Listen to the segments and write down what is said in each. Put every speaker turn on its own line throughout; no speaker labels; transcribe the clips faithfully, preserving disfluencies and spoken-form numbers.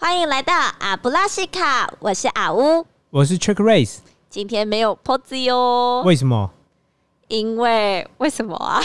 欢迎来到阿布拉西卡，我是阿乌，
我是 Trick Race。
今天没有 Posy 哦，
为什么？
因为为什么啊？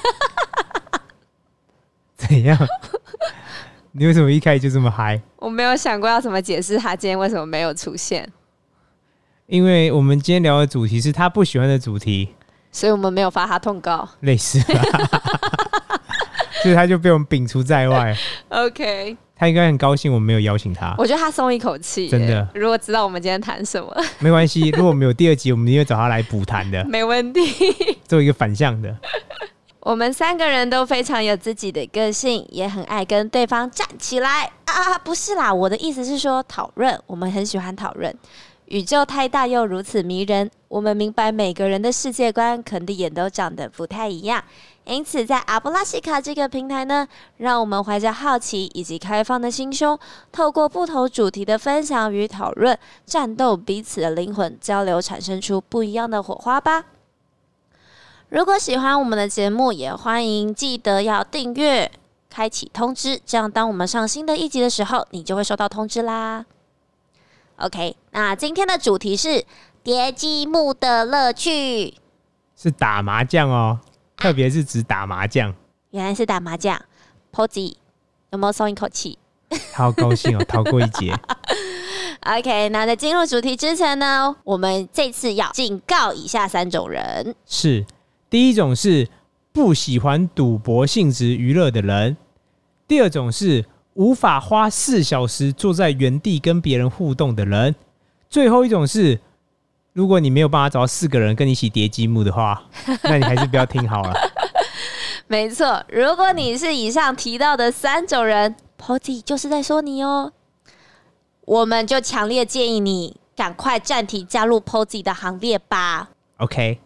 怎样？你为什么一开始就这么嗨？
我没有想过要怎么解释他今天为什么没有出现，
因为我们今天聊的主题是他不喜欢的主题，
所以我们没有发他通告，
类似吧，所以他就被我们摒除在外。
OK，
他应该很高兴我们没有邀请他。
我觉得他松一口气，
真的。
如果知道我们今天谈什么，
没关系，如果我们有第二集，我们一定会找他来补谈的，
没问题。
做一个反向的。
我们三个人都非常有自己的个性，也很爱跟对方站起来啊！不是啦，我的意思是说讨论，我们很喜欢讨论。宇宙太大又如此迷人，我们明白每个人的世界观肯定也都长得不太一样。因此，在阿布拉西卡这个平台呢，让我们怀着好奇以及开放的心胸，透过不同主题的分享与讨论，战斗彼此的灵魂，交流产生出不一样的火花吧。如果喜欢我们的节目，也欢迎记得要订阅、开启通知，这样当我们上新的一集的时候，你就会收到通知啦。OK， 那今天的主题是叠积木的乐趣，
是打麻将哦，特别是指打麻将。
原来是打麻将。Posy 有没有松一口气？
他好高兴哦，逃过一劫。
OK， 那在进入主题之前呢，我们这次要警告以下三种人。
是。第一种是不喜欢赌博性质娱乐的人，第二种是无法花四小时坐在原地跟别人互动的人，最后一种是如果你没有办法找到四个人跟你一起叠积木的话，那你还是不要听好了。
没错，如果你是以上提到的三种人 Posy 就是在说你哦，我们就强烈建议你赶快暂停加入 Posy 的行列吧。
OK，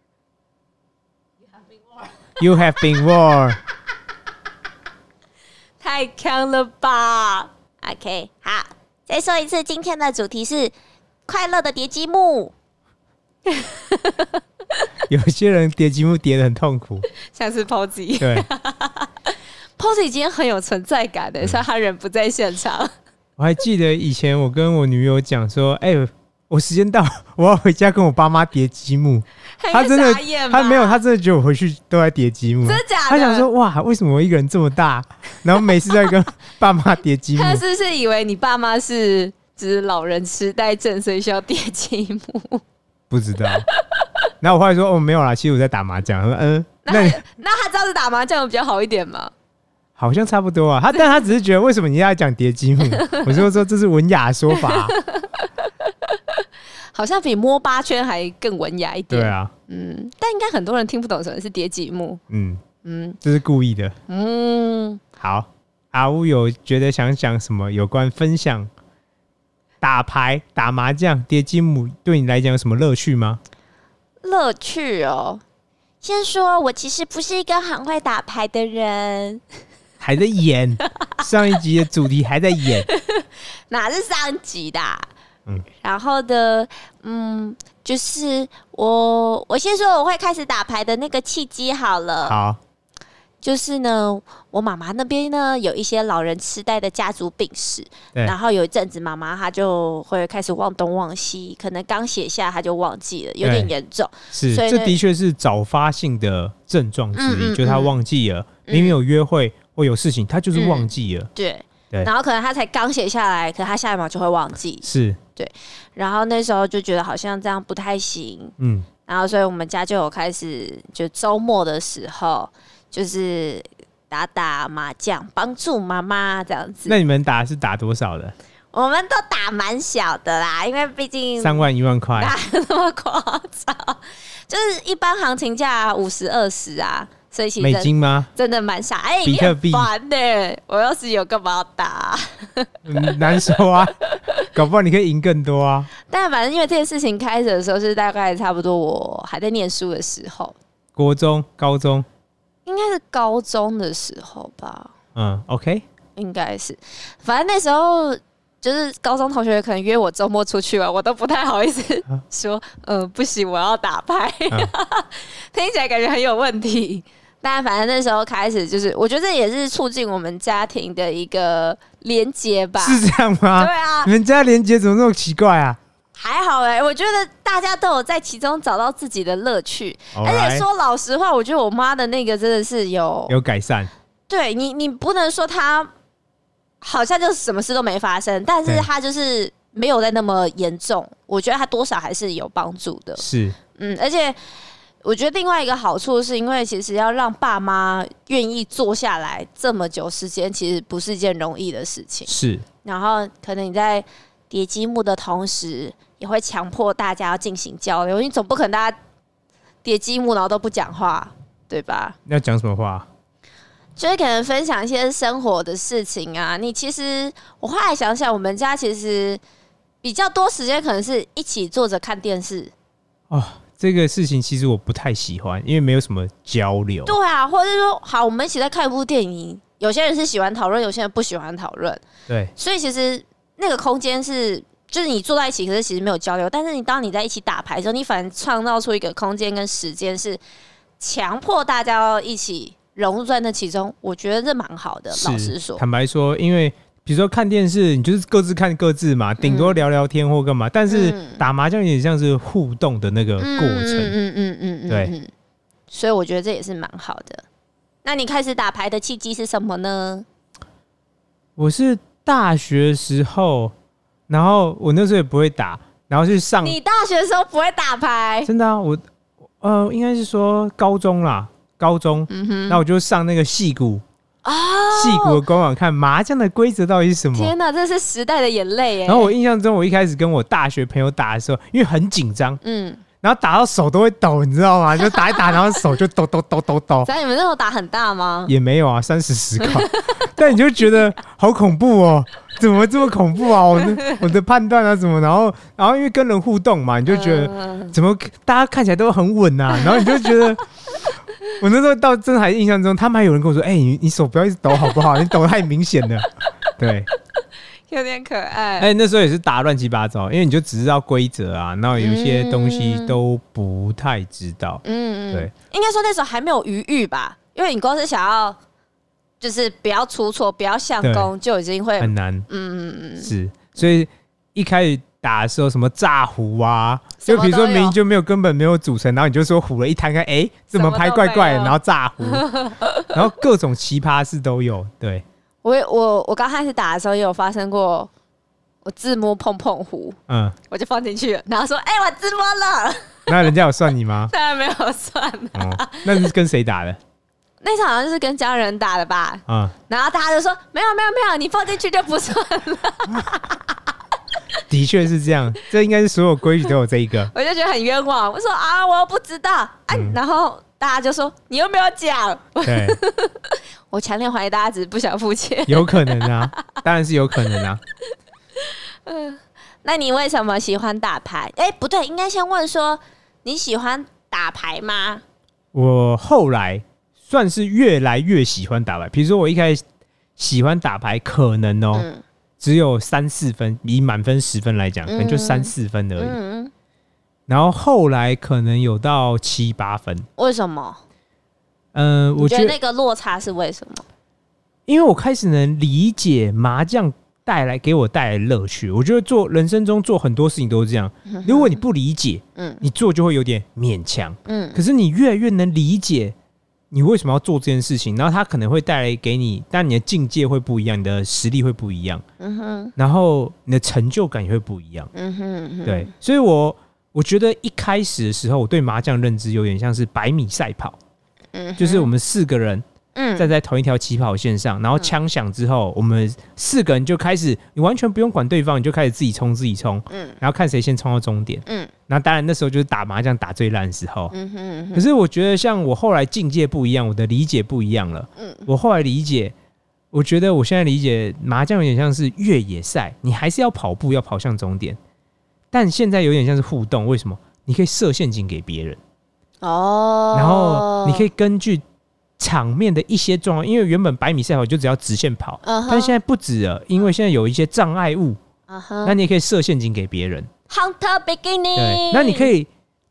You have been warned。
太强了吧。 OK， 好，再说一次，今天的主题是快乐的叠积木。
有些人叠积木叠得很痛苦，
像是 Posy。
对
Posy 今天很有存在感的，虽然他人不在现场。
我还记得以前我跟我女友讲说，哎、欸，我时间到，我要回家跟我爸妈叠积木。他真的，他没有，他真的觉得我回去都在叠积木。
真的假的？
他想说，哇，为什么我一个人这么大，然后每次在跟爸妈叠积木？
他是不是以为你爸妈是就是老人痴呆症，所以需要叠积木？
不知道。然后我后来说，哦，没有啦，其实我在打麻将。说，嗯，
那那他知道是打麻将比较好一点吗？
好像差不多啊。他但他只是觉得，为什么你要讲叠积木？我就说这是文雅的说法、啊。
好像比摸八圈还更文雅一点。
对啊，
嗯，但应该很多人听不懂什么是叠积木。
嗯嗯，这是故意的。嗯，好，阿乌有觉得想讲什么有关分享打牌、打麻将、叠积木对你来讲有什么乐趣吗？
乐趣哦，先说我其实不是一个很会打牌的人。
还在演上一集的主题还在演。
哪是上一集的、啊？
嗯，
然后的，嗯，就是我，我先说我会开始打牌的那个契机好了。
好，
就是呢，我妈妈那边呢有一些老人痴呆的家族病史，然后有一阵子妈妈她就会开始忘东忘西，可能刚写下她就忘记了，有点严重。
是，这的确是早发性的症状之一，嗯嗯嗯，就是她忘记了，明明有约会或有事情，她就是忘记了。
嗯、对。然后可能他才刚写下来，可他下一秒就会忘记。
是，
对。然后那时候就觉得好像这样不太行，嗯。然后所以我们家就有开始，就周末的时候，就是打打麻将，帮助妈妈这样子。
那你们打是打多少的？
我们都打蛮小的啦，因为毕竟
三万一万块，
打那么夸张，就是一般行情价五十二十啊。所以其实
美金吗？
真的蛮傻，哎、欸，
比特币，
烦的、欸。我要是有干嘛要打、啊
嗯？难说啊，搞不好你可以赢更多啊。
但反正因为这件事情开始的时候是大概差不多我还在念书的时候，
国中、高中，
应该是高中的时候吧。
嗯 ，OK，
应该是，反正那时候。就是高中同学可能约我周末出去玩，我都不太好意思说，嗯、呃，不行，我要打牌，嗯、听起来感觉很有问题。 但反正那时候开始，就是我觉得这也是促进我们家庭的一个连结吧。
是这样吗？
对啊，
你们家连结怎么那么奇怪啊？
还好哎、欸，我觉得大家都有在其中找到自己的乐趣。
Alright
而且说老实话，我觉得我妈的那个真的是有
有改善。
对你，你不能说她好像就是什么事都没发生，但是她就是没有在那么严重。我觉得她多少还是有帮助的。
是，
嗯，而且我觉得另外一个好处是因为其实要让爸妈愿意坐下来这么久时间，其实不是一件容易的事情。
是，
然后可能你在叠积木的同时，也会强迫大家要进行交流。你总不可能大家叠积木然后都不讲话，对吧？
要讲什么话？
就是可能分享一些生活的事情啊。你其实我后来想想，我们家其实比较多时间可能是一起坐着看电视。
哦，这个事情其实我不太喜欢，因为没有什么交流。
对啊，或者是说，好，我们一起在看一部电影，有些人是喜欢讨论，有些人不喜欢讨论。
对，
所以其实那个空间是，就是你坐在一起，可是其实没有交流。但是你当你在一起打牌的时候，你反而创造出一个空间跟时间，是强迫大家要一起融入在那其中。我觉得这蛮好的。老实说，
坦白说，因为比如说看电视，你就是各自看各自嘛，顶多聊聊天或干嘛。嗯、但是打麻将有点像是互动的那个过程。
嗯嗯嗯嗯，对。所以我觉得这也是蛮好的。那你开始打牌的契机是什么呢？
我是大学时候，然后我那时候也不会打，然后去上。
你大学的时候不会打牌？
真的啊，我呃应该是说高中啦，高中，嗯哼，那我就上那个矽谷。哦，矽谷的官网看麻将的规则到底是什么？
天哪，这是时代的眼泪耶！
然后我印象中，我一开始跟我大学朋友打的时候，因为很紧张，嗯，然后打到手都会抖，你知道吗？就打一打，然后手就抖抖抖抖抖。
在你们那时候打很大吗？
也没有啊，三十十块，但你就觉得好恐怖哦，怎么这么恐怖啊？我的我的判断啊，怎么？然后然后因为跟人互动嘛，你就觉得怎么大家看起来都很稳啊，然后你就觉得。我那时候到真的还印象中，他们还有人跟我说：“哎、欸，你你手不要一直抖好不好？你抖太明显了。”对，
有点可爱。
哎、欸，那时候也是打乱七八糟，因为你就只知道规则啊，然后有一些东西都不太知道。嗯嗯，对，
应该说那时候还没有余裕吧，因为你光是想要就是不要出错、不要相公，就已经会
很难。嗯嗯嗯，是，所以一开始。打的时候什么炸胡啊，就比如说明明就没有根本没有组成，然后你就说胡了一摊开，哎、欸，怎么拍怪怪的，然后炸胡，然后各种奇葩事都有。对，
我我我刚开始打的时候也有发生过，我自摸碰碰胡，嗯，我就放进去了，然后说，哎、欸，我自摸了。
那人家有算你吗？
当然没有算、啊
哦。那你是跟谁打的？
那场好像就是跟家人打的吧，嗯，然后大家就说没有没有没有，你放进去就不算了。
的确是这样，这应该是所有规矩都有这一个。
我就觉得很冤枉，我说啊，我又不知道，啊嗯、然后大家就说你又没有讲。对，我强烈怀疑大家只是不想付钱。
有可能啊，当然是有可能啊。
嗯，那你为什么喜欢打牌？哎、欸，不对，应该先问说你喜欢打牌吗？
我后来算是越来越喜欢打牌，比如说我一开始喜欢打牌，可能哦。嗯只有三四分，以满分十分来讲，可能就三四分而已。嗯、然后后来可能有到七八分。
为什么？
嗯、呃，我觉得
你觉得那个落差是为什么？
因为我开始能理解麻将带来给我带来乐趣。我觉得做人生中做很多事情都是这样。嗯、如果你不理解，嗯，你做就会有点勉强。嗯，可是你越来越能理解。你为什么要做这件事情？然后它可能会带来给你，但你的境界会不一样，你的实力会不一样，嗯哼，然后你的成就感也会不一样，嗯哼，嗯哼，对，所以我我觉得一开始的时候，我对麻将认知有点像是百米赛跑，嗯，就是我们四个人，嗯，站在同一条起跑线上，然后枪响之后，我们四个人就开始，你完全不用管对方，你就开始自己冲自己冲，嗯，然后看谁先冲到终点，嗯。那当然，那时候就是打麻将打最烂的时候。嗯哼嗯哼。可是我觉得，像我后来境界不一样，我的理解不一样了。嗯。我后来理解，我觉得我现在理解麻将有点像是越野赛，你还是要跑步，要跑向终点。但现在有点像是互动，为什么？你可以设陷阱给别人。哦。然后你可以根据场面的一些状况，因为原本百米赛跑就只要直线跑， uh-huh. 但现在不止了，因为现在有一些障碍物。Uh-huh. 那你也可以设陷阱给别人。
Hunter Beginning，
对，那你可以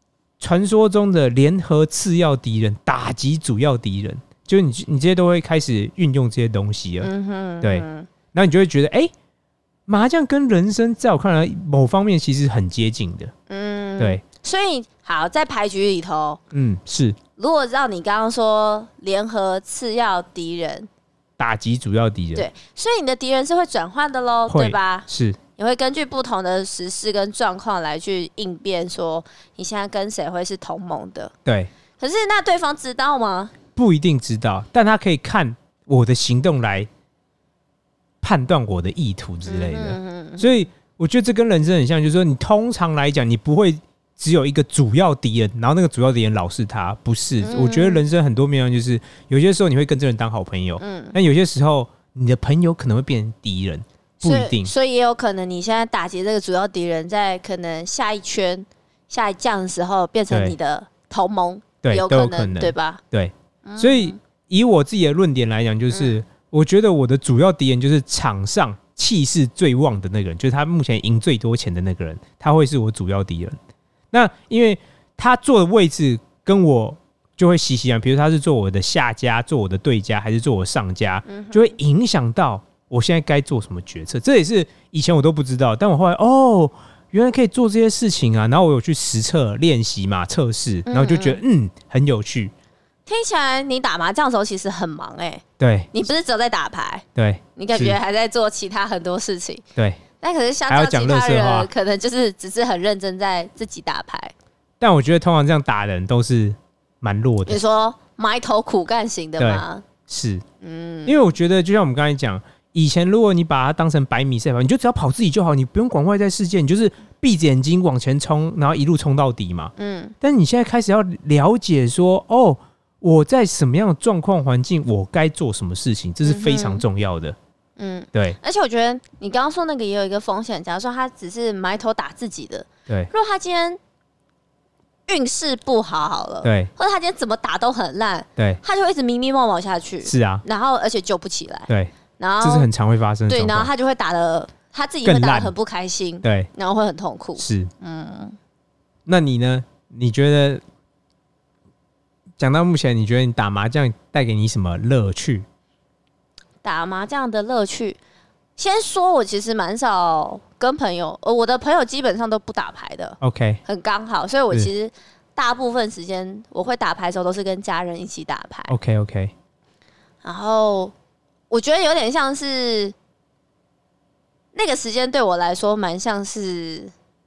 传说中的联合次要敌人打击主要敌人，就是你你这些都会开始运用这些东西了。嗯哼，对，然后你就会觉得，哎、欸，麻将跟人生在我看来某方面其实很接近的。嗯，对。
所以好，在牌局里头，
嗯，是。
如果照你刚刚说联合次要敌人
打击主要敌人，
对，所以你的敌人是会转换的咯，对吧？
是，
你会根据不同的时事跟状况来去应变，说你现在跟谁会是同盟的。
对，
可是那对方知道吗？
不一定知道，但他可以看我的行动来判断我的意图之类的。嗯嗯，所以我觉得这跟人生很像，就是说你通常来讲，你不会只有一个主要敌人，然后那个主要敌人老是他，不是。嗯、我觉得人生很多面向，就是有些时候你会跟这人当好朋友，嗯，但有些时候你的朋友可能会变成敌人，不一定。
所以，所以也有可能你现在打击这个主要敌人，在可能下一圈、下一将的时候变成你的同盟，
对，
有可能，对吧？
对，嗯、所以以我自己的论点来讲，就是、嗯、我觉得我的主要敌人就是场上气势最旺的那个人，就是他目前赢最多钱的那个人，他会是我主要敌人。那因为他坐的位置跟我就会息息相关，比如他是做我的下家、做我的对家，还是做我上家，就会影响到我现在该做什么决策。这也是以前我都不知道，但我后来哦，原来可以做这些事情啊！然后我有去实测练习嘛，测试，然后就觉得 嗯, 嗯很有趣。
听起来你打麻将的时候其实很忙哎、欸，
对，
你不是只有在打牌，
对，
你感觉还在做其他很多事情，
对。
但可是相较其他人，可能就是只是很认真在自己打牌。但
我觉得通常这样打人都是蛮弱的。
你说埋头苦干型的吗？
是，嗯，因为我觉得就像我们刚才讲，以前如果你把它当成百米赛跑，你就只要跑自己就好，你不用管外在世界，你就是闭着眼睛往前冲，然后一路冲到底嘛。嗯。但你现在开始要了解说，哦，我在什么样的状况环境，我该做什么事情，这是非常重要的。嗯，对，
而且我觉得你刚刚说那个也有一个风险，假如说他只是埋头打自己的，
对，
如果他今天运势不好好了，
对，
或者他今天怎么打都很烂，
对，
他就会一直迷迷冒冒下去，
是啊，
然后而且救不起来，
对，
然后
这是很常会发生的，
对，然后他就会打的他自己会打得很不开心，
对，
然后会很痛苦，
是，嗯，那你呢？你觉得讲到目前，你觉得你打麻将带给你什么乐趣？
打麻将的乐趣，先说我其实蛮少跟朋友，呃，我的朋友基本上都不打牌的
，OK，
很刚好，所以我其实大部分时间我会打牌的时候都是跟家人一起打牌
，OK OK。
然后我觉得有点像是那个时间对我来说蛮像是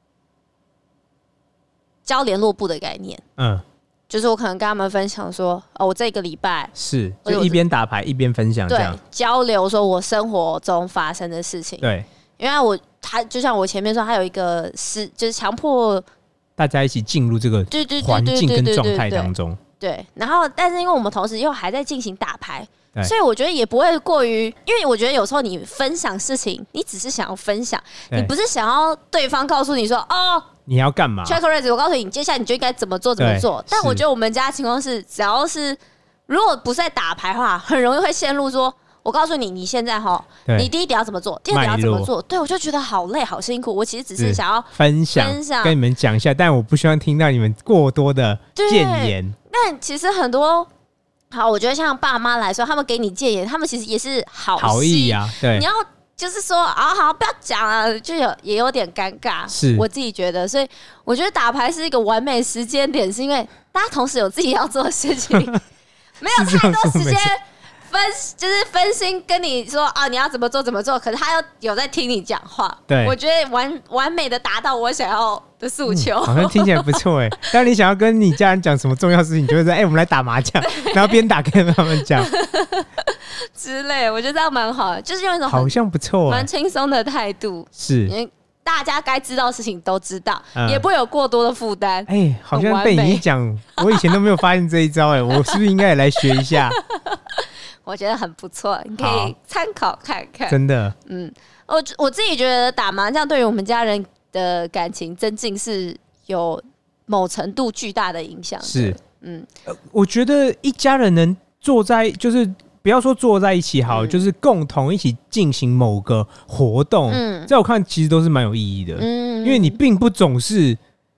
交联络簿的概念，嗯。就是我可能跟他们分享说，哦，我这个礼拜
是就一边打牌一边分享，这样
对交流说我生活中发生的事情。
对，
因为我他就像我前面说，他有一个是就是强迫
大家一起进入这个环境跟状态当中。
对，然后但是因为我们同时又还在进行打牌，所以我觉得也不会过于，因为我觉得有时候你分享事情，你只是想要分享，你不是想要对方告诉你说哦。
你要干嘛
？Check raise， 我告诉你，你接下来你就应该怎么做怎么做。但我觉得我们家的情况是，只要是如果不是在打牌的话，很容易会陷入说，我告诉你，你现在哈，你第一点要怎么做，第二点要怎么做。对，我就觉得好累，好辛苦。我其实只是想要
分享，分享跟你们讲一下，但我不希望听到你们过多的谏言。
但其实很多。好，我觉得像爸妈来说，他们给你建言，他们其实也是好
好意啊。对，
你要就是说啊，好，不要讲了，就有也有点尴尬。
是我
自己觉得，所以我觉得打牌是一个完美时间点，是因为大家同时有自己要做的事情，没有太多时间分，就是分心跟你说啊，你要怎么做怎么做。可是他又有在听你讲话，
对，
我觉得完完美的达到我想要的诉求、
嗯，好像听起来不错哎。当你想要跟你家人讲什么重要事情，你就会说：“哎、欸，我们来打麻将。”然后边打跟他们讲
之类。我觉得这样蛮好的，就是用一种
好像不错、
蛮轻松的态度，
是
因为大家该知道的事情都知道，嗯、也不会有过多的负担。
哎、欸，好像被你一讲，我以前都没有发现这一招哎，我是不是应该也来学一下？
我觉得很不错，你可以参考看看。
真的，
嗯，我我自己觉得打麻将对于我们家人的感情增进是有某程度巨大的影响。
是，嗯、呃，我觉得一家人能坐在，就是不要说坐在一起好，嗯、就是共同一起进行某个活动，嗯，在我看其实都是蛮有意义的，嗯，因为你并不总是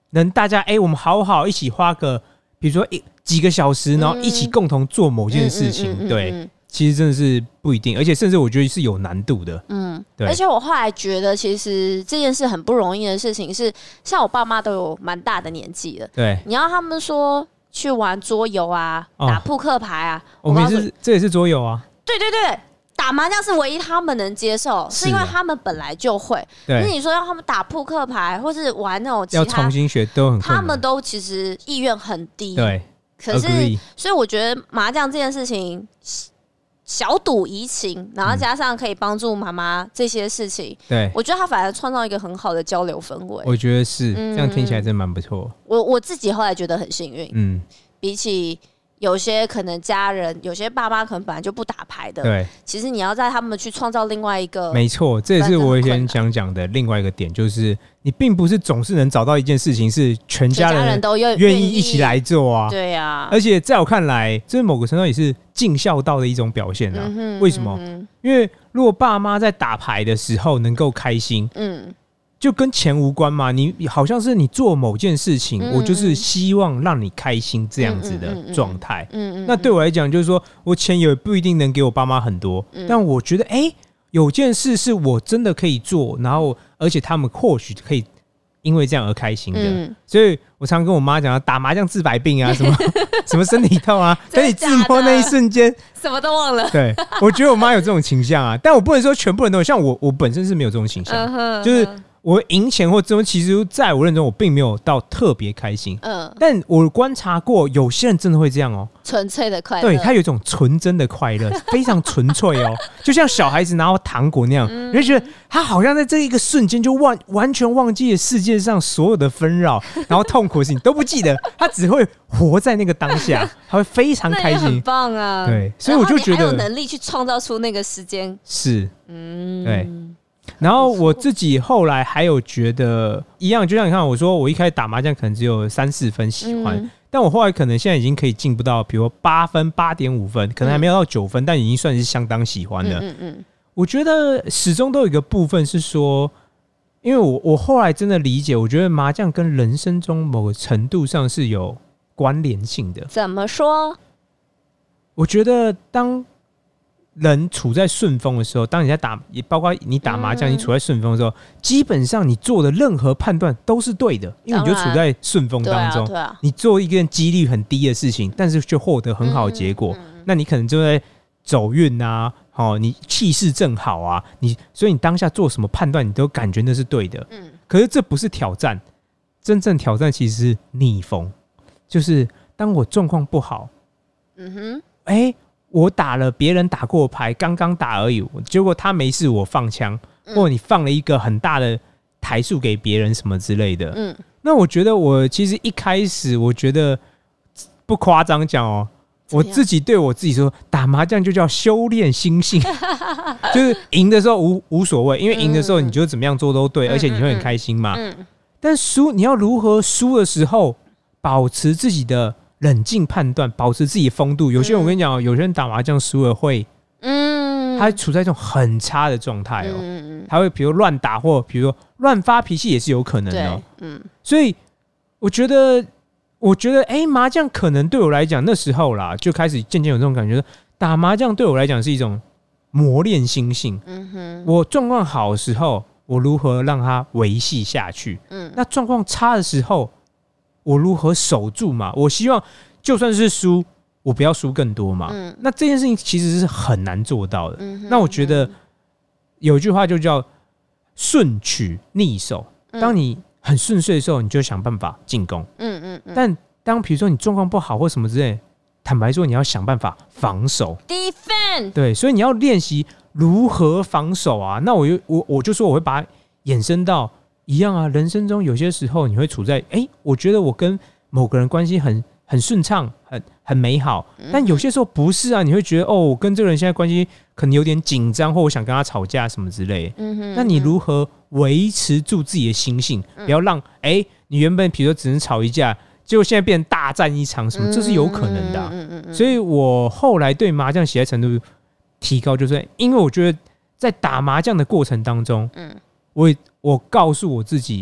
能大家哎、欸，我们好好一起花个，比如说一几个小时，然后一起共同做某件事情，嗯嗯嗯嗯嗯、对。其实真的是不一定，而且甚至我觉得是有难度的。
嗯，对。而且我后来觉得，其实这件事很不容易的事情是，像我爸妈都有蛮大的年纪了。
对，
你要他们说去玩桌游啊，哦、打扑克牌啊，
我们也是，这也是桌游啊。
对对对，打麻将是唯一他们能接受，是, 是因为他们本来就会。对，那你说要他们打扑克牌，或是玩那种其他，
要重新学都很困难，
他们都其实意愿很低。
对，
可是所以我觉得麻将这件事情。小赌怡情，然后加上可以帮助妈妈这些事情，对、嗯，我觉得他反而创造一个很好的交流氛围。
我觉得是、嗯、这样，听起来真蛮不错。
我我自己后来觉得很幸运，嗯，比起有些可能家人，有些爸妈可能本来就不打牌的，对，其实你要在他们去创造另外一个，
没错，这也是我以前想讲的另外一个点，就是你并不是总是能找到一件事情是全家人都愿意一起来做啊，
对啊，
而且在我看来，这某个程度也是尽孝道的一种表现啊。嗯、为什么？嗯、因为如果爸妈在打牌的时候能够开心，嗯。就跟钱无关嘛，你好像是你做某件事情，嗯、我就是希望让你开心这样子的状态。嗯嗯嗯嗯、那对我来讲，就是说我钱也不一定能给我爸妈很多，嗯、但我觉得，哎、欸，有件事是我真的可以做，然后而且他们或许可以因为这样而开心的。嗯、所以我常跟我妈讲，打麻将治百病啊，什么什么身体痛啊，等你自摸那一瞬间，
什么都忘了。
对，我觉得我妈有这种倾向啊，但我不能说全部人都有，像我，我本身是没有这种倾向，嗯、就是。我赢钱或这种，其实在我认中，我并没有到特别开心。嗯，但我观察过，有些人真的会这样哦，
纯粹的快乐。
对，他有一种纯真的快乐，非常纯粹哦，就像小孩子拿到糖果那样，嗯、你就觉得他好像在这一个瞬间就忘完全忘记了世界上所有的纷扰，然后痛苦的事情都不记得，他只会活在那个当下，他会非常开心，
很棒啊。
对，所以我就觉得
还有能力去创造出那个时间，
是，嗯，对。然后我自己后来还有觉得一样，就像你看，我说我一开始打麻将可能只有三四分喜欢，嗯、但我后来可能现在已经可以进步到，比如八分、八点五分，可能还没有到九分，嗯、但已经算是相当喜欢了。嗯嗯嗯我觉得始终都有一个部分是说，因为我我后来真的理解，我觉得麻将跟人生中某个程度上是有关联性的。
怎么说？
我觉得当人处在顺风的时候，当你在打，也包括你打麻将，你处在顺风的时候，嗯、基本上你做的任何判断都是对的，因为你就处在顺风当中。啊啊、你做一件几率很低的事情，但是就获得很好的结果，嗯嗯、那你可能就在走运啊，哦，你气势正好啊，你所以你当下做什么判断，你都感觉那是对的。嗯、可是这不是挑战，真正挑战其实是逆风，就是当我状况不好，嗯哼，哎、欸。我打了别人打过牌，刚刚打而已，结果他没事，我放枪，嗯、或者你放了一个很大的台数给别人什么之类的。嗯，那我觉得我其实一开始我觉得不夸张讲哦，我自己对我自己说，打麻将就叫修炼心性，就是赢的时候 无, 无所谓，因为赢的时候你就怎么样做都对，嗯、而且你会很开心嘛。嗯嗯、但输你要如何输的时候保持自己的冷静判断，保持自己的风度。有些人我跟你讲，有些人打麻将输了会，嗯，他处在一种很差的状态哦，嗯、他会比如乱打，或比如说乱发脾气也是有可能的、哦。嗯，所以我觉得，我觉得，哎、欸，麻将可能对我来讲，那时候啦，就开始渐渐有这种感觉，打麻将对我来讲是一种磨练心性。嗯哼，我状况好的时候，我如何让它维系下去？嗯，那状况差的时候。我如何守住嘛？我希望就算是输，我不要输更多嘛。嗯、那这件事情其实是很难做到的。嗯、那我觉得有一句话就叫顺取逆守。嗯、当你很顺遂的时候，你就想办法进攻。嗯嗯嗯、但当比如说你状况不好或什么之类，坦白说，你要想办法防守。
defend。
对，所以你要练习如何防守啊。那我就我我就说我会把它衍生到。一样啊，人生中有些时候你会处在，哎、欸，我觉得我跟某个人关系很很顺畅，很很美好，但有些时候不是啊，你会觉得哦，我跟这个人现在关系可能有点紧张，或我想跟他吵架什么之类的。嗯哼，那你如何维持住自己的心性，嗯、不要让哎、欸，你原本比如说只能吵一架，结果现在变成大战一场什么，这是有可能的、啊。嗯嗯嗯、所以我后来对麻将喜爱程度提高，就是因为我觉得在打麻将的过程当中，嗯。我我告诉我自己，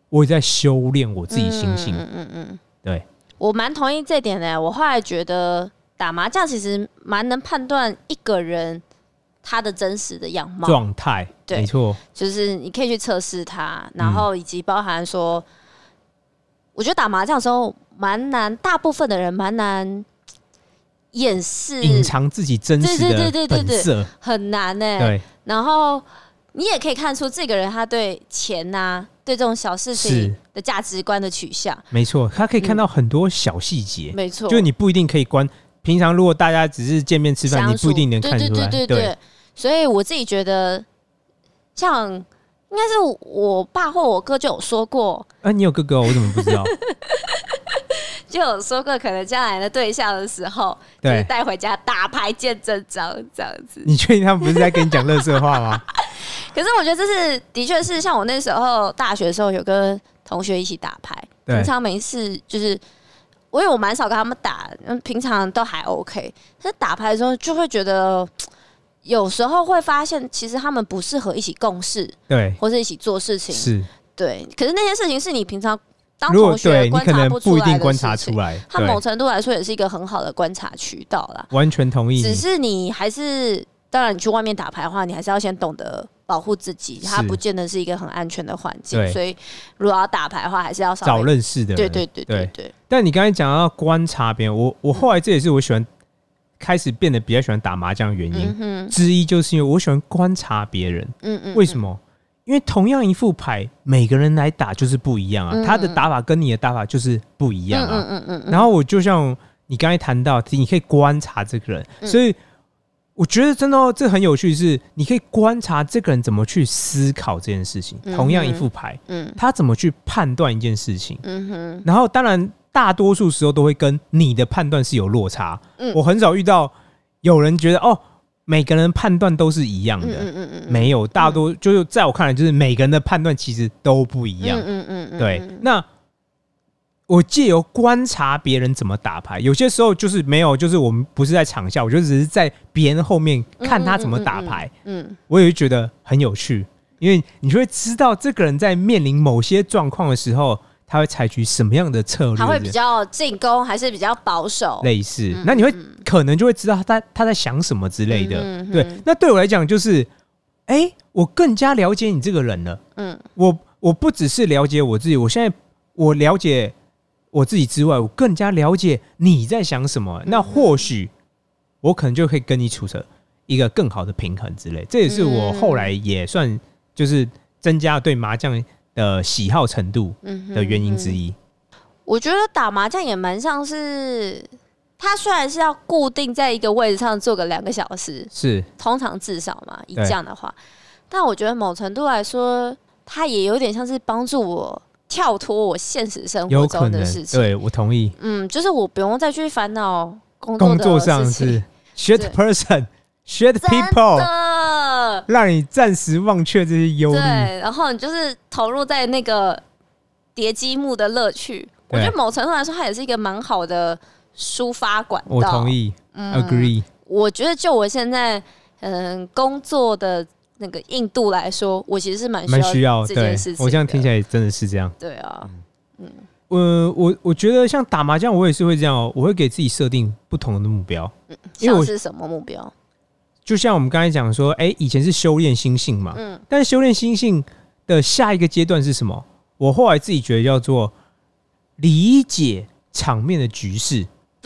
我也在修炼我自己心性。
嗯嗯嗯，
对，
我蛮同意这点的。我后来觉得打麻将其实蛮能判断一个人他的真实的样貌
状态，没错，
就是你可以去测试他，然后以及包含说，嗯、我觉得打麻将的时候蛮难，大部分的人蛮难掩饰、
隐藏自己真实的本色，
很难哎、欸。
对，
然后你也可以看出这个人他对钱啊，对这种小事情的价值观的取向，
没错，他可以看到很多小细节，
没、嗯、错，
就你不一定可以观。平常如果大家只是见面吃饭，你不一定能看出来。对对对对 对, 对。
所以我自己觉得，像应该是我爸或我哥就有说过。
啊，你有哥哥、哦，我怎么不知道？
就有说过，可能将来的对象的时候，就是带回家打牌见真章这样子。
你确定他们不是在跟你讲垃圾话吗？
可是我觉得这是的确是，像我那时候大学的时候，有跟同学一起打牌，平常没事就是。因为我蛮少跟他们打，平常都还 OK， 但是打牌的时候就会觉得，有时候会发现其实他们不适合一起共事，
对，
或是一起做事情，
是，
对。可是那些事情是你平常当同学观察不出来的事情，不一定观察出来，它某程度来说也是一个很好的观察渠道啦。
完全同意。
只是你还是，当然你去外面打牌的话，你还是要先懂得保护自己，它不见得是一个很安全的环境，所以如果要打牌的话，还是要稍微
找认识的人。
对对对对 对, 对。
但你刚才讲到观察别人，我我后来这也是我喜欢开始变得比较喜欢打麻将的原因、嗯、之一，就是因为我喜欢观察别人。嗯嗯。为什么？因为同样一副牌，每个人来打就是不一样啊，嗯、他的打法跟你的打法就是不一样啊。嗯嗯嗯嗯。然后我就像你刚才谈到，你可以观察这个人，嗯、所以。我觉得真的、哦、这很有趣的是，你可以观察这个人怎么去思考这件事情。嗯、同样一副牌、嗯，他怎么去判断一件事情。嗯哼。然后当然，大多数时候都会跟你的判断是有落差。嗯。我很少遇到有人觉得哦，每个人判断都是一样的。嗯嗯嗯。没有，大多、嗯、就是在我看来，就是每个人的判断其实都不一样。嗯嗯嗯。对，那。我借由观察别人怎么打牌，有些时候就是没有，就是我们不是在场下，我就只是在别人后面看他怎么打牌。嗯，嗯嗯嗯我也会觉得很有趣，因为你就会知道这个人在面临某些状况的时候，他会采取什么样的策略，
他会比较进攻还是比较保守，
类似。嗯、那你会可能就会知道他他在想什么之类的。嗯嗯嗯对，那对我来讲就是，哎、欸，我更加了解你这个人了。嗯，我我不只是了解我自己，我现在我了解。我自己之外，我更加了解你在想什么。那或许我可能就可以跟你处成一个更好的平衡之类。这也是我后来也算就是增加对麻将的喜好程度的原因之一。
我觉得打麻将也蛮像是，它虽然是要固定在一个位置上坐个两个小时，是通常至少嘛，以这样的话，但我觉得某程度来说，它也有点像是帮助我。跳脱我现实生活中的事情，
对，我同意。
嗯，就是我不用再去烦恼工作的事情，工作上是
shit person shit people， 让你暂时忘却这些忧虑。
对，然后你就是投入在那个叠积木的乐趣。我觉得某程度来说，它也是一个蛮好的抒发管道。
我同意、嗯、，agree。
我觉得就我现在嗯工作的。那个硬度来说，我其实是蛮需要这件事情的。
我这样听起来真的是这样。
对啊，嗯，
呃，我我觉得像打麻将，我也是会这样哦。我会给自己设定不同的目标。
嗯，像是什么目标？
就像我们刚才讲说，哎、欸，以前是修炼心性嘛，嗯，但是修炼心性的下一个阶段是什么？我后来自己觉得叫做理解场面的局势，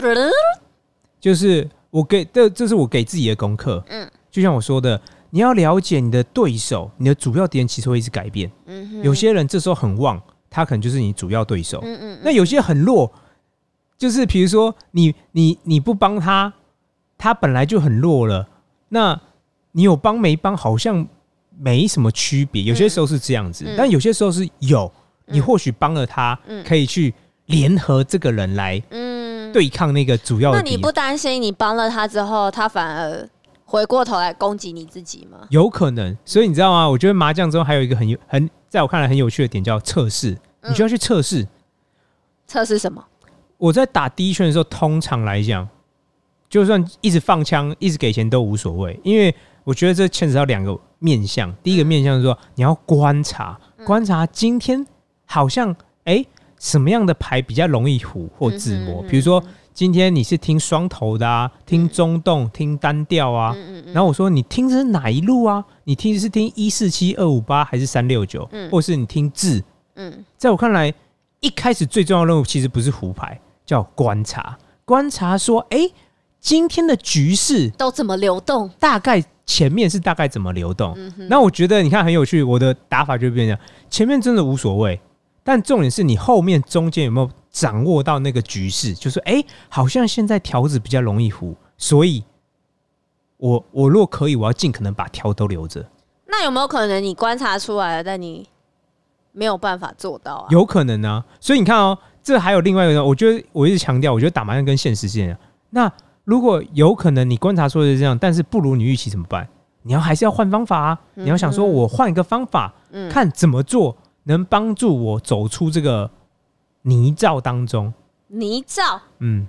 就是我给这这是我给自己的功课。嗯，就像我说的。你要了解你的对手，你的主要敌人其实会一直改变。嗯、有些人这时候很旺，他可能就是你主要对手。嗯嗯嗯、那有些很弱，就是比如说你你你不帮他，他本来就很弱了。那你有帮没帮，好像没什么区别。有些时候是这样子，嗯、但有些时候是有，你或许帮了他，嗯、可以去联合这个人来对抗那个主要的敌人。
那你不担心你帮了他之后，他反而？回过头来攻击你自己吗？
有可能，所以你知道吗？我觉得麻将中还有一个很有很在我看来很有趣的点叫测试，你需要去测试。
测试什么？
我在打第一圈的时候，通常来讲，就算一直放枪、一直给钱都无所谓，因为我觉得这牵扯到两个面向。第一个面向是说，你要观察，观察今天好像哎，什么样的牌比较容易胡或自摸？比如说今天你是听双头的啊，听中动，听单调啊，然后我说你听的是哪一路啊？你听的是听一四七二五八还是三六九，或是你听字？嗯，在我看来，一开始最重要的任务其实不是胡牌，叫观察。观察说，哎、欸，今天的局势
都怎么流动？
大概前面是大概怎么流动？那、嗯、我觉得你看很有趣，我的打法就变成前面真的无所谓，但重点是你后面中间有没有掌握到那个局势？就是哎、欸，好像现在条子比较容易胡，所以我我若可以，我要尽可能把条都留着。
那有没有可能你观察出来了，但你没有办法做到啊？
有可能啊，所以你看哦，这还有另外一个，我觉得我一直强调，我觉得打麻将跟现实是这样。那如果有可能你观察出的是这样，但是不如你预期怎么办？你要还是要换方法啊！嗯、你要想说，我换一个方法，嗯、看怎么做能帮助我走出这个泥沼当中。
泥沼，
嗯，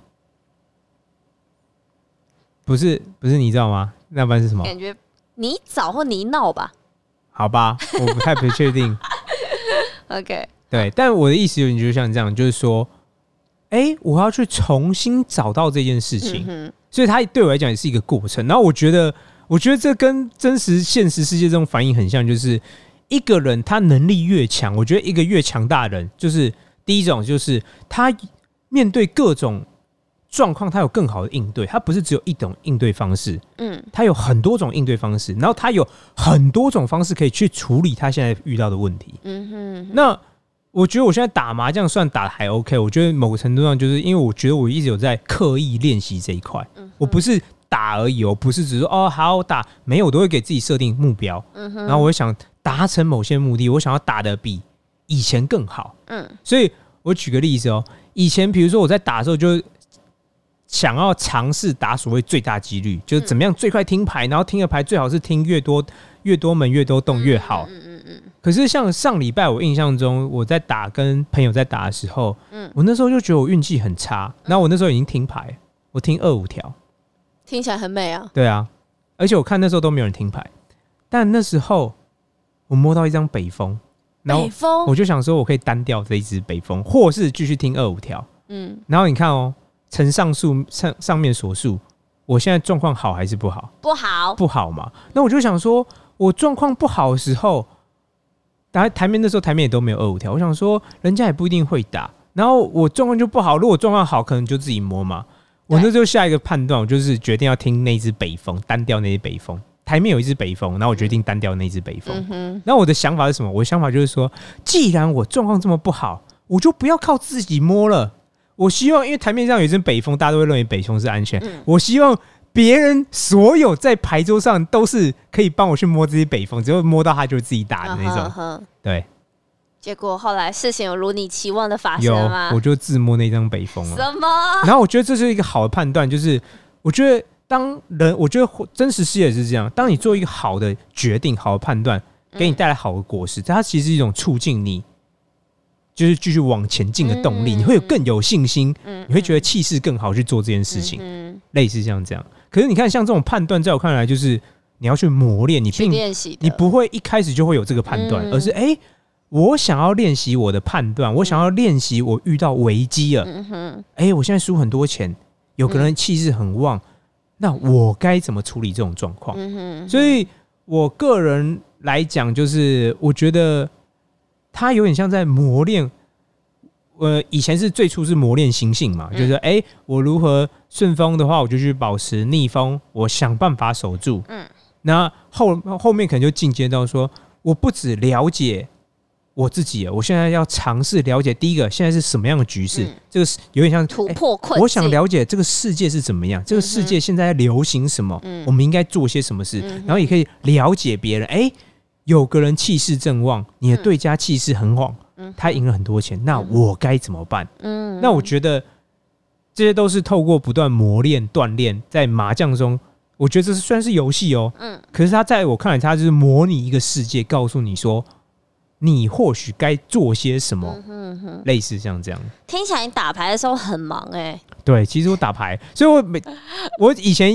不是不是泥沼吗？那不然是什么？
感觉泥沼或泥淖吧？
好吧，我不太不确定。
OK，
对，但我的意思有点就像这样，就是说，哎、欸，我要去重新找到这件事情，嗯、所以它对我来讲也是一个过程。然后我觉得，我觉得这跟真实现实世界这种反应很像，就是一个人他能力越强，我觉得一个越强大的人，就是第一种就是他面对各种状况，他有更好的应对，他不是只有一种应对方式，嗯，他有很多种应对方式，然后他有很多种方式可以去处理他现在遇到的问题。嗯哼，那我觉得我现在打麻将算打得还 OK， 我觉得某个程度上就是因为我觉得我一直有在刻意练习这一块，嗯，我不是打而已哦，不是只是说哦好打，没有，我都会给自己设定目标，嗯哼，然后我会想达成某些目的，我想要打得比以前更好，嗯，所以我举个例子哦，以前比如说我在打的时候就想要尝试打所谓最大几率，就是怎么样最快听牌，然后听的牌最好是听越多越多门越多洞越好。嗯嗯嗯。可是像上礼拜我印象中我在打跟朋友在打的时候，嗯，我那时候就觉得我运气很差，然后我那时候已经听牌，我听二五条，
听起来很美啊。
对啊，而且我看那时候都没有人听牌，但那时候我摸到一张北风，然后我就想说我可以单调这一支北风，或是继续听二五条。嗯，然后你看哦。呈上述 上, 上面所述，我现在状况好还是不好？
不好，
不好嘛。那我就想说，我状况不好的时候，打台面那时候台面也都没有二五条，我想说，人家也不一定会打。然后我状况就不好，如果状况好，可能就自己摸嘛。我那时候下一个判断，我就是决定要听那只北风，单调那只北风。台面有一只北风，然后我决定单调那只北风。嗯、然后我的想法是什么？我的想法就是说，既然我状况这么不好，我就不要靠自己摸了。我希望，因为台面上有一阵北风，大家都会认为北风是安全。嗯、我希望别人所有在牌桌上都是可以帮我去摸这些北风，只要摸到他就自己打的那种。Uh-huh, uh-huh. 对。
结果后来事情有如你期望的发生吗？
有，我就自摸那张北风了。
什么？
然后我觉得这是一个好的判断，就是我觉得当人，我觉得真实世界也是这样，当你做一个好的决定、好的判断，给你带来好的果实，它其实是一种促进你。就是继续往前进的动力，嗯、你会有更有信心，嗯、你会觉得气势更好去做这件事情，嗯、类似像这样。可是你看，像这种判断，在我看来，就是你要去磨练，你并你不会一开始就会有这个判断，嗯、而是哎、欸，我想要练习我的判断，我想要练习我遇到危机了，哎、嗯欸，我现在输很多钱，有个人气势很旺，嗯、那我该怎么处理这种状况？嗯、所以，我个人来讲，就是我觉得。它有点像在磨练，呃，以前是最初是磨练心性嘛，嗯、就是哎、欸，我如何顺风的话，我就去保持逆风，我想办法守住。嗯，那后后面可能就进阶到说，我不只了解我自己，我现在要尝试了解第一个现在是什么样的局势，嗯、这个有点像
突破困境、欸。
我想了解这个世界是怎么样，这个世界现在在流行什么，嗯、我们应该做些什么事，嗯、然后也可以了解别人，哎、欸。有个人气势正旺，你的对家气势很旺，嗯、他赢了很多钱，那我该怎么办？嗯、那我觉得这些都是透过不断磨练、锻炼，在麻将中，我觉得这是虽然是游戏哦，嗯、可是他在我看来，他就是模拟一个世界，告诉你说，你或许该做些什么，嗯、哼哼类似像这样。
听起来你打牌的时候很忙哎、欸。
对，其实我打牌，所以我每我以前。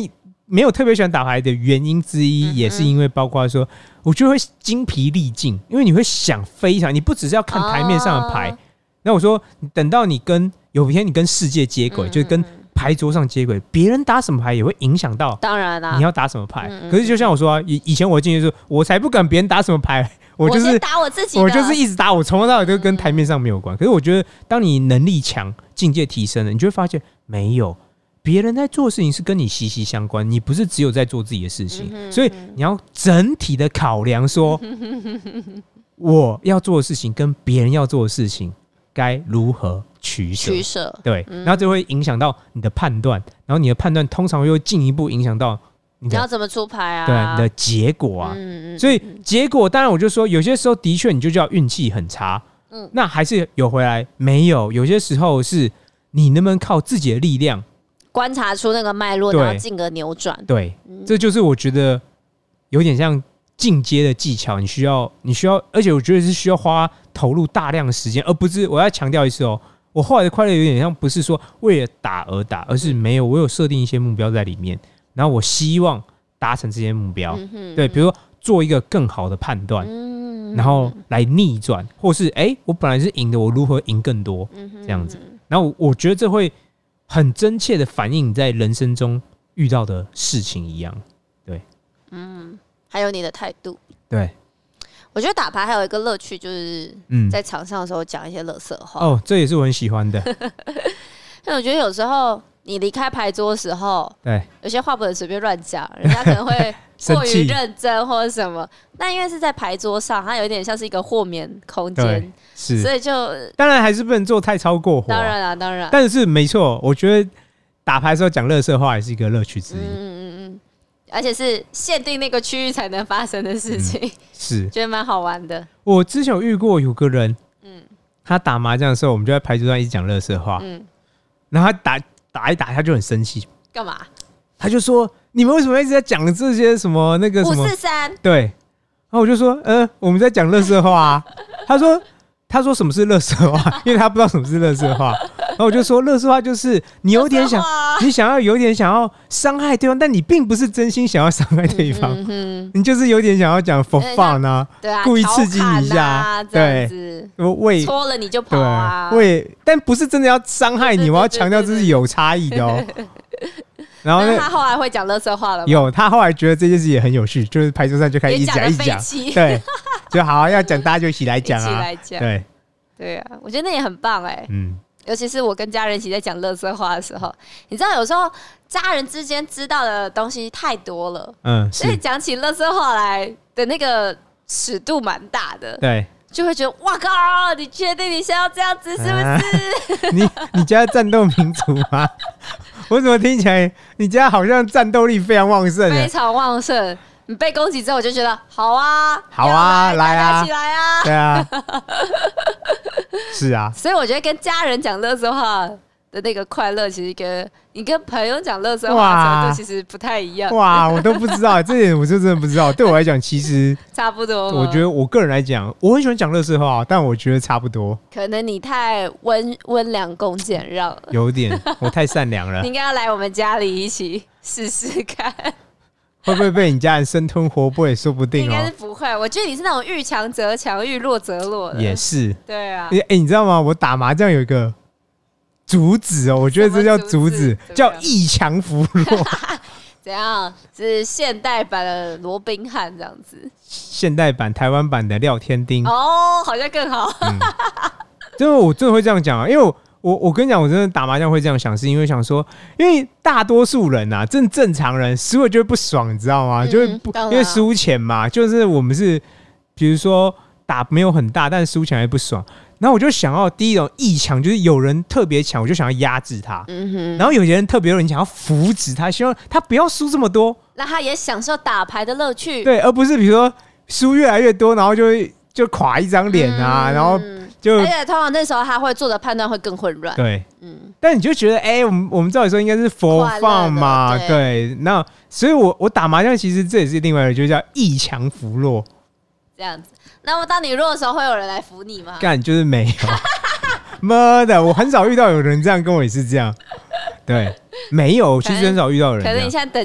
没有特别喜欢打牌的原因之一，
嗯、
也是因为包括说，我觉得会精疲力尽，因为你会想非常，你不只是要看台面上的牌。那、哦、我说，等到你跟有一天你跟世界接轨，嗯、就是跟牌桌上接轨，别人打什么牌也会影响到，
当然啦，
你要打什么牌。
嗯、
可是就像我说、啊，以以前我进去说，我才不管别人打什么牌。我就是
我打我自己的，
我就是一直打，我从头到尾都跟台面上没有关。嗯、可是我觉得，当你能力强、境界提升了，你就会发现，没有别人在做的事情是跟你息息相关，你不是只有在做自己的事情，嗯、所以你要整体的考量说，嗯、我要做的事情跟别人要做的事情该如何取舍。
取舍
对，嗯、然后就会影响到你的判断，然后你的判断通常又进一步影响到。
你要怎么出牌啊？
对，你的结果啊，
嗯嗯、
所以结果当然我就说，有些时候的确你就叫运气很差，嗯，那还是有回来没有？有些时候是你能不能靠自己的力量
观察出那个脉络，然后进而扭转？
对，
嗯、
这就是我觉得有点像进阶的技巧，你需要，你需要，而且我觉得是需要花投入大量的时间，而不是我要强调一次哦，我后来的快乐有点像不是说为了打而打，而是没有，我有设定一些目标在里面。然后我希望达成这些目标，嗯、对，比如说做一个更好的判断，嗯、然后来逆转，或是哎、欸，我本来是赢的，我如何赢更多，嗯、这样子。然后 我, 我觉得这会很真切的反映你在人生中遇到的事情一样，对，
嗯，还有你的态度，
对。
我觉得打牌还有一个乐趣，就是在场上的时候讲一些垃圾话、
嗯。哦，这也是我很喜欢的。
因为我觉得有时候。你离开牌桌的时候，
对，
有些话不能随便乱讲，人家可能会过于认真或者什么。那因为是在牌桌上，它有一点像是一个豁免空间，
是，
所以就
当然还是不能做太超过火、啊。
当然啦，当然。
但是没错，我觉得打牌的时候讲垃圾话也是一个乐趣之一。嗯
嗯嗯，而且是限定那个区域才能发生的事情，嗯、
是，
觉得蛮好玩的。
我之前有遇过有个人，嗯，他打麻将的时候，我们就在牌桌上一直讲垃圾话，嗯，然后他打。打一打他就很生气，
干嘛？
他就说：“你们为什么一直在讲这些什么那个什么
五四三？”
对，然后我就说：“呃，我们在讲垃圾话啊。”他说：“他说什么是垃圾话？因为他不知道什么是垃圾话。”然后我就说：“垃圾话就是你有点想，你想要有点想要伤害对方，但你并不是真心想要伤害对方，嗯嗯你就是有点想要讲 for fun 啊，
对啊，
故意刺激你一下，
啊、对，
为
戳了你就跑啊，
为但不是真的要伤害你，我要强调这是有差异的哦。”然后
他后来会讲垃圾话了吗？
有，他后来觉得这件事也很有趣，就是牌桌上就开始一讲一讲，对，就好要讲，大家就一起来讲啊，一起来讲，对，
对啊，我觉得那也很棒哎、欸，嗯。尤其是我跟家人一起在讲垃圾话的时候，你知道有时候家人之间知道的东西太多了，嗯，所以讲起垃圾话来的那个尺度蛮大的，
对，
就会觉得哇靠，你确定你现在要这样子是不是？啊、
你你家战斗民族吗？我怎么听起来你家好像战斗力非常旺盛？
非常旺盛。你被攻击之后，我就觉得好啊，
好啊，来啊，
一起来啊，
对啊，是啊。
所以我觉得跟家人讲垃圾话的那个快乐，其实跟你跟朋友讲垃圾话的程度其实不太一样。
哇，我都不知道这点，我就真的不知道。对我来讲，其实
差不多。
我觉得我个人来讲，我很喜欢讲垃圾话，但我觉得差不多。
可能你太温温良恭俭让了，
有点，我太善良了。
你应该要来我们家里一起试试看。
会不会被你家人生吞活剥也说不定哦。
应该是不会，我觉得你是那种遇强则强，遇弱则弱的。
也是，
对啊。
哎、欸，你知道吗？我打麻将有一个主旨哦，我觉得这叫主旨，叫以强服弱。
怎样？是现代版的罗宾汉这样子？
现代版、台湾版的廖天丁
哦，好像更好。嗯，
因为我真的会这样讲啊，因为我。我我跟你讲，我真的打麻将会这样想，是因为想说，因为大多数人啊，正正常人输了就会不爽，你知道吗？嗯、就会不因为输钱嘛，就是我们是比如说打没有很大，但是输钱还不爽。然后我就想要第一种易强，就是有人特别强，我就想要压制他。嗯哼。然后有些人特别有人想要扶持他，希望他不要输这么多，
那他也享受打牌的乐趣。
对，而不是比如说输越来越多，然后就会就垮一张脸啊，嗯、然后。就
而且通常那时候他会做的判断会更混乱。
对，嗯，但你就觉得，哎、欸，我们我们照理说应该是 for fun 嘛，对。对那所以我我打麻将其实这也是另外一个，就叫以强服弱。
这样子，那么当你弱的时候，会有人来扶你吗？
干就是没有，妈的，我很少遇到有人这样跟我也是这样。对，没有，其实很少遇到人。
可能你现在等级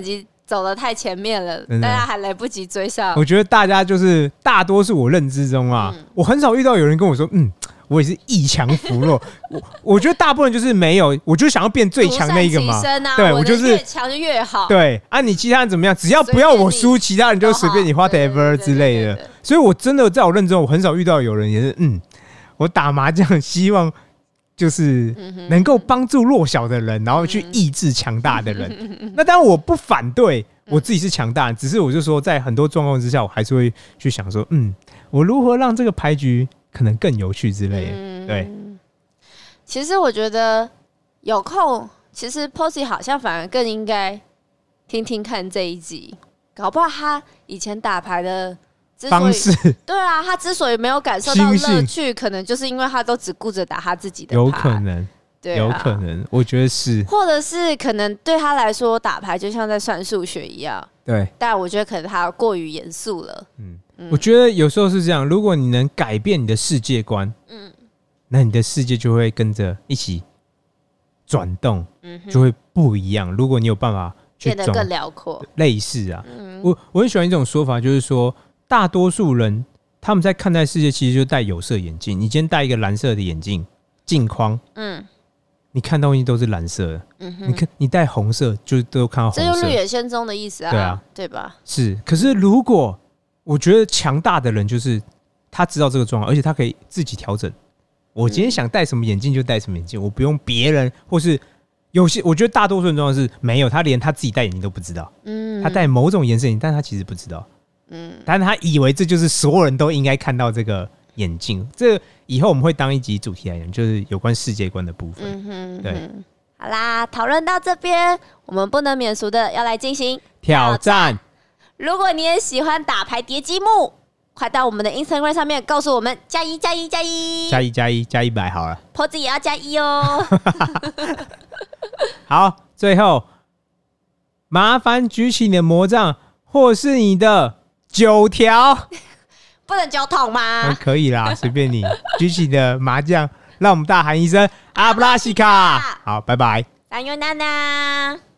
走得太前面了，大家还来不及追上。
我觉得大家就是大多数我认知中啊，嗯、我很少遇到有人跟我说，嗯，我也是以强扶弱。我我觉得大部分就是没有，我就想要变最强那一个嘛。
啊、
对，我就是
越强就越好。
对啊，你其他人怎么样，只要不要我输，其他人就随便你 whatever 之类的。所以我真的在我认知中，我很少遇到有人也是，嗯，我打麻将希望。就是能够帮助弱小的人，然后去抑制强大的人。那当然我不反对我自己是强大人，只是我就说在很多状况之下，我还是会去想说，嗯，我如何让这个牌局可能更有趣之类的。对，
其实我觉得有空，其实 Posy 好像反而更应该听听看这一集，搞不好他以前打牌的。
方式
对啊，他之所以没有感受到乐趣，可能就是因为他都只顾着打他自己的牌，
有可能，对、啊，有可能，我觉得是，
或者是可能对他来说打牌就像在算数学一样，
对。
但我觉得可能他过于严肃了。
嗯，嗯我觉得有时候是这样，如果你能改变你的世界观，嗯，那你的世界就会跟着一起转动，嗯，就会不一样。如果你有办法去
变得更辽阔，
类似啊，嗯、我我很喜欢一种说法，就是说。大多数人他们在看待世界，其实就戴有色眼镜。你今天戴一个蓝色的眼镜镜框，嗯，你看东西都是蓝色的。嗯哼，你看你戴红色，就都看到红色。
这就绿野仙踪的意思啊，对啊，对吧？
是。可是如果我觉得强大的人，就是他知道这个状况，而且他可以自己调整。我今天想戴什么眼镜就戴什么眼镜，我不用别人，或是有些我觉得大多数人状况是没有，他连他自己戴眼镜都不知道。嗯，他戴某种颜色眼镜，但他其实不知道。嗯，但他以为这就是所有人都应该看到这个眼镜。这以后我们会当一集主题来讲，就是有关世界观的部分。嗯哼，对。
好啦，讨论到这边，我们不能免俗的要来进行
挑战。
如果你也喜欢打牌叠积木，快到我们的 Instagram 上面告诉我们加一加一加一
加一加一加一百好了。
Posy 也要加一哦。
好，最后麻烦举起你的魔杖，或是你的。九条
不能九筒吗、
嗯？可以啦，随便你。举起的麻将，让我们大喊一声阿布拉西卡。好，拜拜。
加油，娜娜。